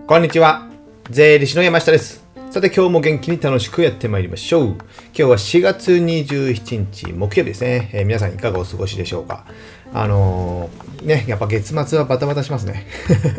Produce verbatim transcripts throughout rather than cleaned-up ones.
こんにちは。税理士の山下です。さて今日も元気に楽しくやってまいりましょう。今日はしがつにじゅうしちにち木曜日ですね。えー、皆さんいかがお過ごしでしょうか。あのー、ね、やっぱ月末はバタバタしますね。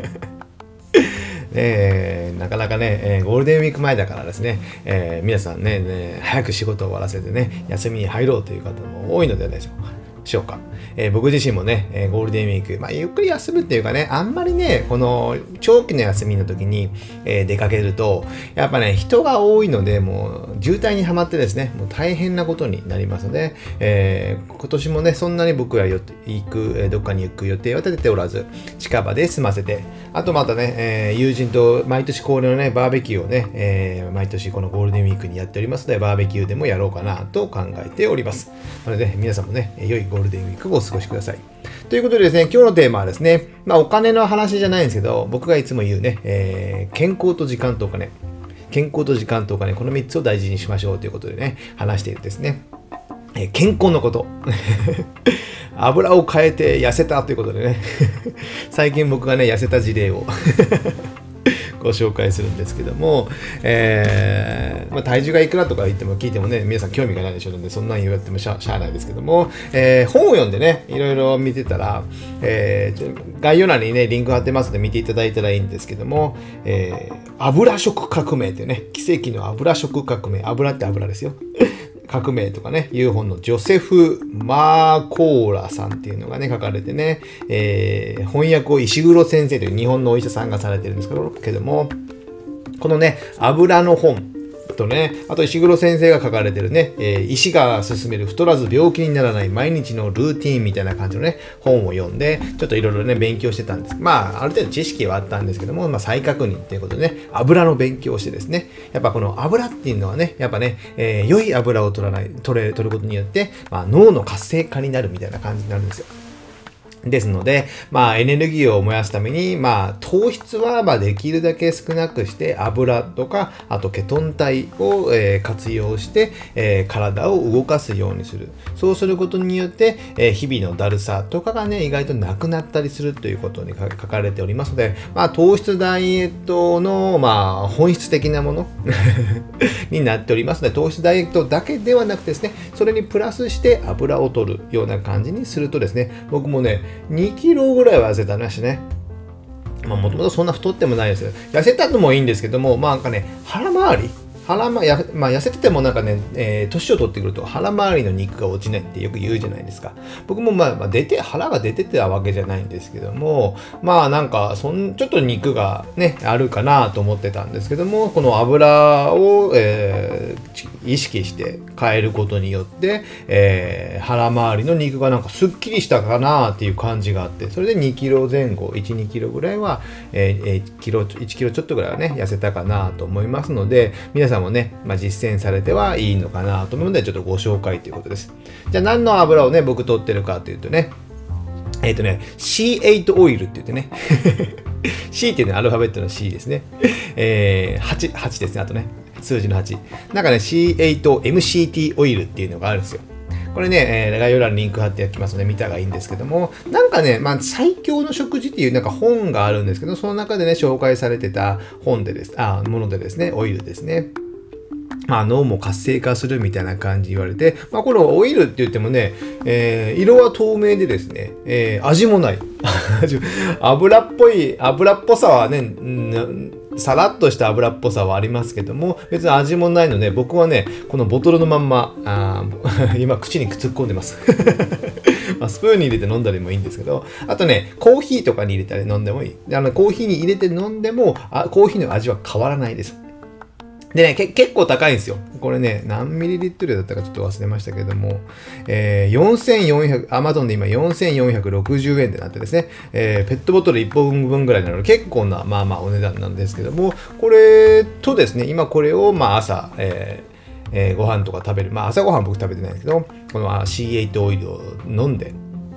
えー、なかなかね、えー、ゴールデンウィーク前だからですね、えー、皆さん ね, ね早く仕事を終わらせてね休みに入ろうという方も多いのではないでしょうか。えー、僕自身もね、えー、ゴールデンウィーク、まあ、ゆっくり休むっていうかね、あんまりね、この長期の休みの時に、えー、出かけると、やっぱね、人が多いので、もう渋滞にはまってですね、もう大変なことになりますので、えー、今年もね、そんなに僕はよ行く、えー、どっかに行く予定は立てておらず、近場で済ませて、あとまたね、えー、友人と毎年恒例のね、バーベキューをね、えー、毎年このゴールデンウィークにやっておりますので、バーベキューでもやろうかなと考えております。なので、皆さんもね、良いゴールデンウィークをお過ごしください。ということでですね、今日のテーマはですね、まあお金の話じゃないんですけど、僕がいつも言うね、えー、健康と時間とお金、健康と時間とお金、このみっつを大事にしましょうということでね、話しているんですね。えー、健康のこと。油を変えて痩せたということでね、最近僕がね、痩せた事例をご紹介するんですけども、えーまあ、体重がいくらとか言っても聞いてもね、皆さん興味がないでしょうので、そんなん言われてもしゃ、しゃあないですけども、えー、本を読んでね、いろいろ見てたら、えー、概要欄にね、リンク貼ってますので見ていただいたらいいんですけども、えー、油食革命ってね、奇跡の油食革命、油って油ですよ。革命とかね、いう本のジョセフ・マーコーラさんっていうのがね、書かれてね、えー、翻訳を石黒先生という日本のお医者さんがされてるんですけども、このね、油の本とね、あと石黒先生が書かれてるね、えー、医師が勧める太らず病気にならない毎日のルーティーンみたいな感じのね、本を読んで、ちょっといろいろね、勉強してたんです。まあ、ある程度知識はあったんですけども、まあ、再確認っていうことでね、油の勉強をしてですね、やっぱこの油っていうのはね、やっぱね、えー、良い油を取らない、取れ、取ることによって、まあ、脳の活性化になるみたいな感じになるんですよ。ですので、まあ、エネルギーを燃やすために、まあ、糖質は、まあ、できるだけ少なくして、油とか、あとケトン体を、えー、活用して、えー、体を動かすようにする。そうすることによって、えー、日々のだるさとかがね、意外となくなったりするということに書かれておりますので、まあ、糖質ダイエットの、まあ、本質的なものになっておりますので、糖質ダイエットだけではなくてですね、それにプラスして油を取るような感じにするとですね、僕もね、にキロぐらいは痩せたなしね。まあもともとそんな太ってもないですよ。痩せたのもいいんですけども、まあなんかね、腹回り腹ま、やまあ、痩せててもなんかね、えー、年を取ってくると腹回りの肉が落ちないってよく言うじゃないですか。僕もまあ、まあ、出て、腹が出てたわけじゃないんですけども、まあなんか、そん、ちょっと肉がね、あるかなと思ってたんですけども、この油を、えー、意識して変えることによって、えー、腹回りの肉がなんかすっきりしたかなっていう感じがあって、それでにキロぜん後、いち、にキロぐらいは、えー、いちキロ、いちキロちょっとぐらいはね、痩せたかなと思いますので、皆さんもね、まあ、実践されてはいいのかなと思うので、ちょっとご紹介ということです。じゃあ何の油をね、僕取ってるかというとね、えっとね、シーエイト オイルって言ってね、C っていうのはアルファベットの C ですね。えー、はち、はちですね、あとね、数字のはち。なんかね、シーエイトエムシーティー オイルっていうのがあるんですよ。これね、えー、概要欄にリンク貼っておきますので見たがいいんですけども、なんかね、まあ、最強の食事っていうなんか本があるんですけど、その中でね、紹介されてた本でです、あ、ものでですね、オイルですね。まあ、脳も活性化するみたいな感じ言われて、まあ、このオイルって言ってもね、えー、色は透明でですね、えー、味もない。油っぽい、油っぽさはね、んさらっとした油っぽさはありますけども、別に味もないので、僕はね、このボトルのまんま、あ今口に突っ込んでます。まあ、スプーンに入れて飲んだりもいいんですけど、あとね、コーヒーとかに入れたり飲んでもいい。あのコーヒーに入れて飲んでもあ、コーヒーの味は変わらないです。でね、け結構高いんですよ。これね、何ミリリットルだったかちょっと忘れましたけども、えー、よんせんよんひゃく、アマゾンで今よんせんよんひゃくろくじゅうえんでなってですね、えー、ペットボトルいっぽんぶんぐらいなので結構な、まあまあお値段なんですけども、これとですね、今これをまあ朝、えーえー、ご飯とか食べる、まあ朝ご飯僕食べてないんですけど、この シーエイト オイルを飲んで、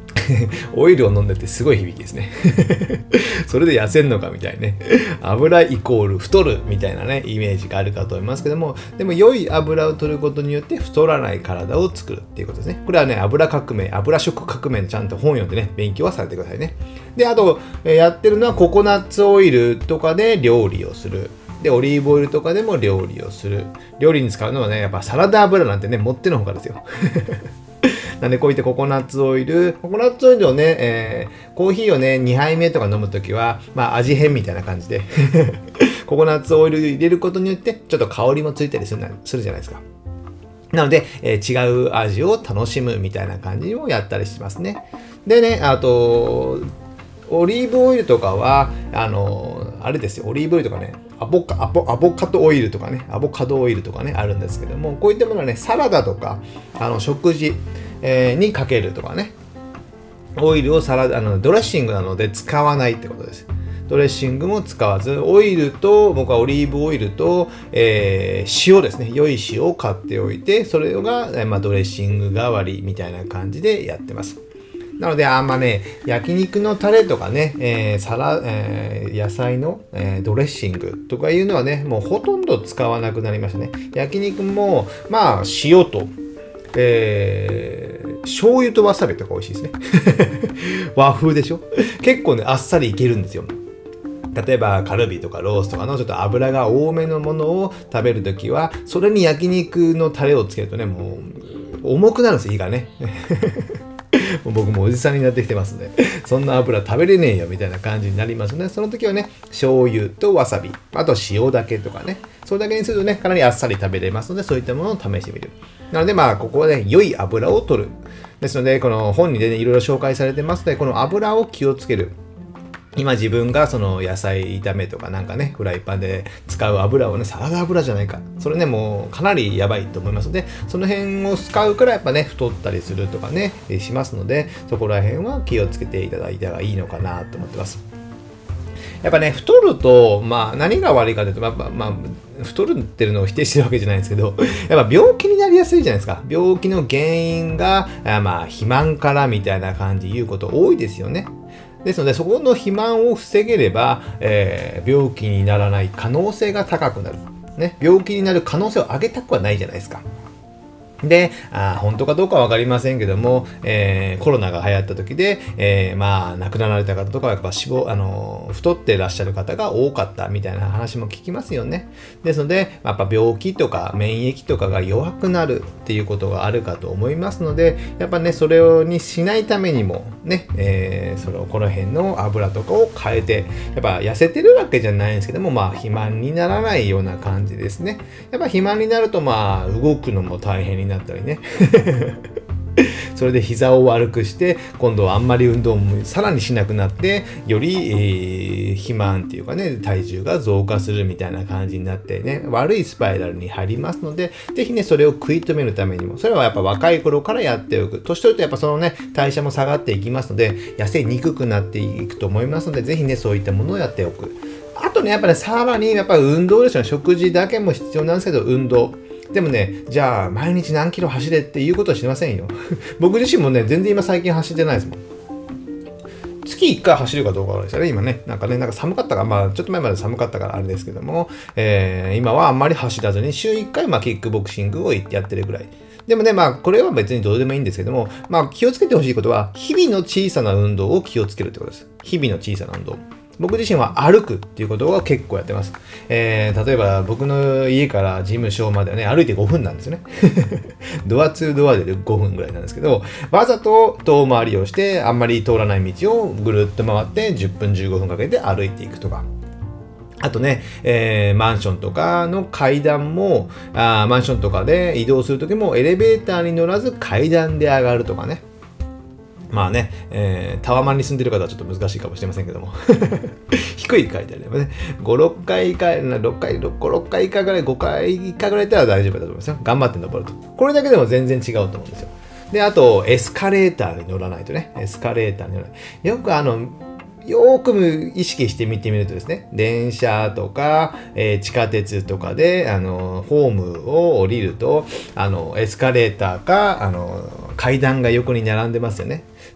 オイルを飲んでてすごい響きですね。それで痩せんのかみたいね。油イコール太るみたいなね、イメージがあるかと思いますけども、でも良い油を取ることによって太らない体を作るっていうことですね。これはね、油革命、油食革命のちゃんと本読んでね、勉強はされてくださいね。で、あと、やってるのはココナッツオイルとかで料理をする。で、オリーブオイルとかでも料理をする。料理に使うのはね、やっぱサラダ油なんてね、もってのほかですよ。なんでこういったココナッツオイル、ココナッツオイルをね、えー、コーヒーをね、にはいめとか飲むときは、まあ味変みたいな感じで、ココナッツオイル入れることによって、ちょっと香りもついたりするするじゃないですか。なので、えー、違う味を楽しむみたいな感じをやったりしますね。でね、あと、オリーブオイルとかは、あの、あれですよ、オリーブオイルとかね、アボカ、アボ、アボカドオイルとかね、アボカドオイルとかね、あるんですけども、こういったものはね、サラダとか、あの、食事、えー、にかけるとかね、オイルをサラダ、あの、ドレッシングなので使わないってことです。ドレッシングも使わず、オイルと、僕はオリーブオイルと、えー、塩ですね。良い塩を買っておいて、それが、えーまあ、ドレッシング代わりみたいな感じでやってます。なので、あんまね、焼肉のタレとかね、えー、サラ、えー、野菜の、えー、ドレッシングとかいうのはね、もうほとんど使わなくなりましたね。焼肉も、まあ、塩と、えー、醤油とわさびとか美味しいですね。和風でしょ？結構ね、あっさりいけるんですよ。例えばカルビとかロースとかのちょっと油が多めのものを食べるときは、それに焼肉のタレをつけるとね、もう重くなるんですよ、胃がね。僕もおじさんになってきてますんで、そんな油食べれねえよみたいな感じになりますので、その時はね、醤油とわさび、あと塩だけとかね、それだけにするとね、かなりあっさり食べれますので、そういったものを試してみる。なので、まあ、ここはね、良い油を取る。ですので、この本にでね、いろいろ紹介されてますので、この油を気をつける。今自分がその野菜炒めとかなんかね、フライパンで使う油をね、サラダ油じゃないか。それね、もうかなりやばいと思いますので、その辺を使うからやっぱね、太ったりするとかね、しますので、そこら辺は気をつけていただいたらいいのかなと思ってます。やっぱね、太ると、まあ何が悪いかというと、まあ、まあ、太るってるのを否定してるわけじゃないんですけど、やっぱ病気になりやすいじゃないですか。病気の原因が、まあ肥満からみたいな感じ言うこと多いですよね。ですので、そこの肥満を防げれば、えー、病気にならない可能性が高くなる。ね、病気になる可能性を上げたくはないじゃないですか。で、あ本当かどうかはわかりませんけども、えー、コロナが流行った時で、えー、まあ、亡くなられた方とか、やっぱ死亡、あのー、太ってらっしゃる方が多かったみたいな話も聞きますよね。ですので、やっぱ病気とか免疫とかが弱くなるっていうことがあるかと思いますので、やっぱね、それをにしないためにも、ね、えー、その、この辺の油とかを変えて、やっぱ痩せてるわけじゃないんですけども、まあ、肥満にならないような感じですね。やっぱ肥満になると、まあ、動くのも大変になったりねそれで膝を悪くして今度はあんまり運動もさらにしなくなってより、えー、肥満っていうかね体重が増加するみたいな感じになってね悪いスパイラルに入りますのでぜひねそれを食い止めるためにもそれはやっぱ若い頃からやっておく年取るとやっぱそのね代謝も下がっていきますので痩せにくくなっていくと思いますのでぜひねそういったものをやっておくあとねやっぱねさらにやっぱ運動ですよね食事だけも必要なんですけど運動でもね、じゃあ毎日何キロ走れっていうことはしませんよ。僕自身もね、全然今最近走ってないですもん。月いっかい走るかどうかですよね、今ね。なんかね、なんか寒かったから、まあちょっと前まで寒かったからあれですけども、えー、今はあんまり走らずに週いっかいまあキックボクシングをやってるぐらい。でもね、まあこれは別にどうでもいいんですけども、まあ気をつけてほしいことは、日々の小さな運動を気をつけるってことです。日々の小さな運動。僕自身は歩くっていうことを結構やってます。えー、例えば僕の家から事務所まではね、歩いてごふんなんですよね。ドアツードアでごふんぐらいなんですけど、わざと遠回りをして、あんまり通らない道をぐるっと回ってじゅっぷんじゅうごふんかけて歩いていくとか。あとね、えー、マンションとかの階段もあ、マンションとかで移動するときもエレベーターに乗らず階段で上がるとかね。まあね、えー、タワマンに住んでる方はちょっと難しいかもしれませんけども低い階であればねご、ろっかい以下ろっかい、ご、ろっかい以下ぐらいごかい以下ぐらいだったら大丈夫だと思いますよ頑張って登るとこれだけでも全然違うと思うんですよであとエスカレーターに乗らないとねエスカレーターに乗らないよくあのよーく意識して見てみるとですね、電車とか、えー、地下鉄とかで、あの、ホームを降りると、あの、エスカレーターか、あの、階段が横に並んでますよね。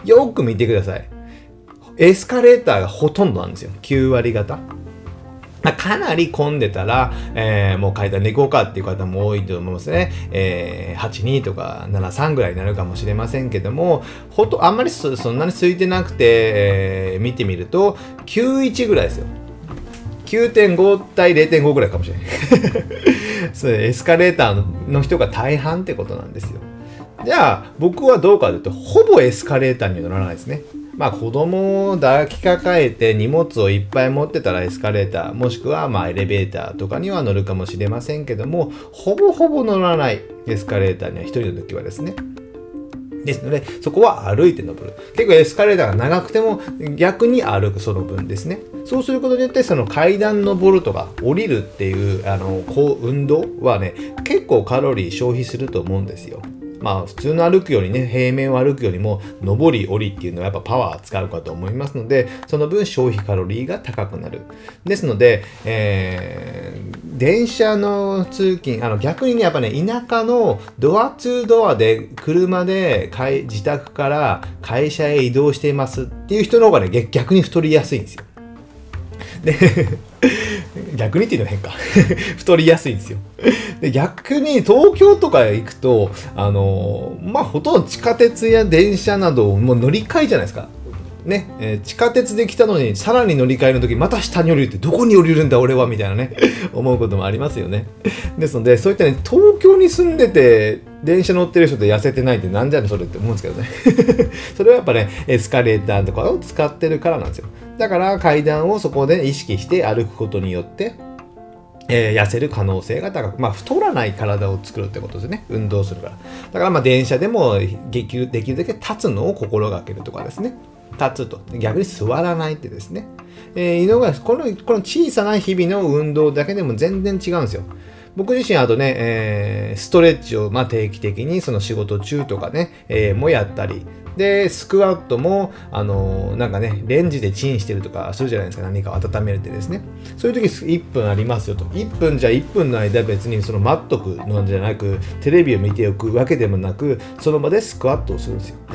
よく見てください。エスカレーターがほとんどなんですよ。きゅうわり方。かなり混んでたら、えー、もう階段で行こうかっていう方も多いと思いますね。えー、はちにとかななさんぐらいになるかもしれませんけども、ほと、あんまり そ, そんなに空いてなくて、えー、見てみると、きゅういちぐらいですよ。きゅうてんご 対 れいてんご ぐらいかもしれない。それエスカレーターの人が大半ってことなんですよ。じゃあ、僕はどうかというと、ほぼエスカレーターには乗らないですね。まあ子供を抱きかかえて荷物をいっぱい持ってたらエスカレーター、もしくはまあエレベーターとかには乗るかもしれませんけども、ほぼほぼ乗らないエスカレーターには一人の時はですね。ですので、そこは歩いて登る。結構エスカレーターが長くても逆に歩くその分ですね。そうすることによってその階段登るとか降りるっていうあのこう運動はね、結構カロリー消費すると思うんですよ。まあ普通の歩くよりね、平面を歩くよりも上り下りっていうのはやっぱパワー使うかと思いますので、その分消費カロリーが高くなる。ですので、えー、電車の通勤、あの逆にね、やっぱね、田舎のドアツードアで車で自宅から会社へ移動していますっていう人の方がね、逆に太りやすいんですよ。で逆にっていうのは変か太りやすいんですよ。で逆に東京とか行くとあのまあほとんど地下鉄や電車などもう乗り換えじゃないですかね、えー、地下鉄で来たのにさらに乗り換えの時また下に降りるってどこに降りるんだ俺はみたいなね思うこともありますよね。ですのでそういったね東京に住んでて電車乗ってる人で痩せてないってなんじゃねそれって思うんですけどねそれはやっぱねエスカレーターとかを使ってるからなんですよ。だから階段をそこで意識して歩くことによってえー、痩せる可能性が高く、まあ、太らない体を作るってことですね。運動するから。だからまあ電車でもできる、できるだけ立つのを心がけるとかですね。立つと。逆に座らないってですね。えー、いうのがこの、この小さな日々の運動だけでも全然違うんですよ。僕自身あとね、えー、ストレッチをまあ定期的にその仕事中とかね、えー、もやったり、で、スクワットも、あのー、なんかね、レンジでチンしてるとかするじゃないですか。何かを温めるってですね。そういう時いっぷんありますよと。いっぷんじゃいっぷんの間別にその待っとくのじゃなく、テレビを見ておくわけでもなく、その場でスクワットをするんですよ。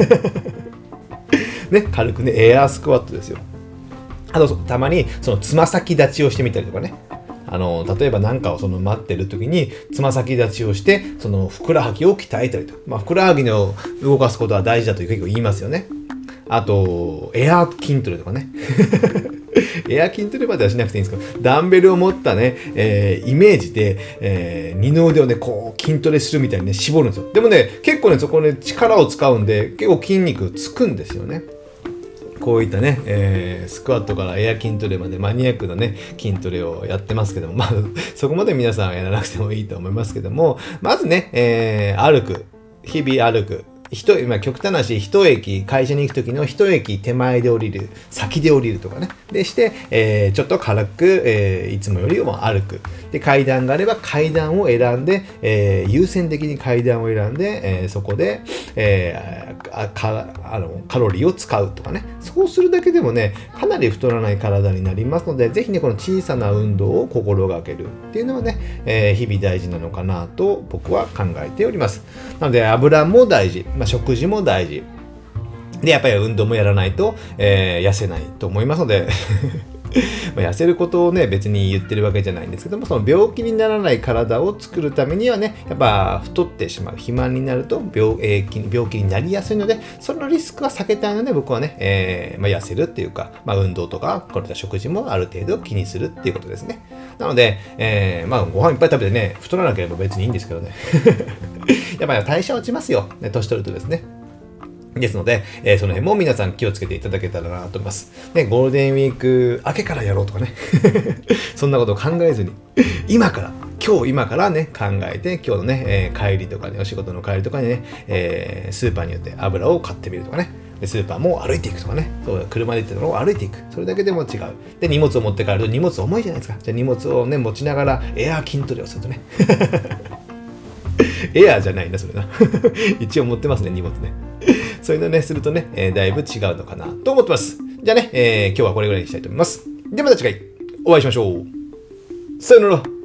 ね、軽くね、エアースクワットですよ。あと、たまにそのつま先立ちをしてみたりとかね。あの例えば何かをその待ってる時につま先立ちをしてそのふくらはぎを鍛えたりと、まあ、ふくらはぎを動かすことは大事だと結構言いますよね。あとエア筋トレとかねエア筋トレまではしなくていいんですけどダンベルを持ったね、えー、イメージで、えー、二の腕をねこう筋トレするみたいにね絞るんですよ。でもね結構ねそこね力を使うんで結構筋肉つくんですよね。こういったね、えー、スクワットからエア筋トレまでマニアックなね筋トレをやってますけども、まあそこまで皆さんはやらなくてもいいと思いますけども、まずね、えー、歩く、日々歩く。一今極端な話一駅会社に行く時の一駅手前で降りる先で降りるとかねでして、えー、ちょっと軽く、えー、いつもよりも歩くで階段があれば階段を選んで、えー、優先的に階段を選んで、えー、そこで、えー、あかあのカロリーを使うとかねそうするだけでもねかなり太らない体になりますのでぜひねこの小さな運動を心がけるっていうのはね、えー、日々大事なのかなと僕は考えております。なので油も大事まあ、食事も大事でやっぱり運動もやらないと、えー、痩せないと思いますのでまあ痩せることをね別に言ってるわけじゃないんですけどもその病気にならない体を作るためにはねやっぱ太ってしまう肥満になると 病,、えー、病気になりやすいのでそのリスクは避けたいので僕はね、えーまあ、痩せるっていうか、まあ、運動とかこれら食事もある程度気にするっていうことですね。なので、えー、まあご飯いっぱい食べてね太らなければ別にいいんですけどねやっぱり代謝落ちますよ、ね、年取るとですね。ですので、えー、その辺も皆さん気をつけていただけたらなと思います。ね、ゴールデンウィーク明けからやろうとかね。そんなことを考えずに、今から、今日今からね、考えて、今日のね、えー、帰りとかね、お仕事の帰りとかにね、えー、スーパーによって油を買ってみるとかね。でスーパーも歩いていくとかね。そう車で行ってたのを歩いていく。それだけでも違う。で、荷物を持って帰ると荷物重いじゃないですか。じゃあ荷物をね、持ちながらエアー筋トレをするとね。エアーじゃないな、それな。一応持ってますね、荷物ね。そういうのね、するとね、えー、だいぶ違うのかなと思ってます。じゃあね、えー、今日はこれぐらいにしたいと思います。ではまた次回お会いしましょう。さよなら。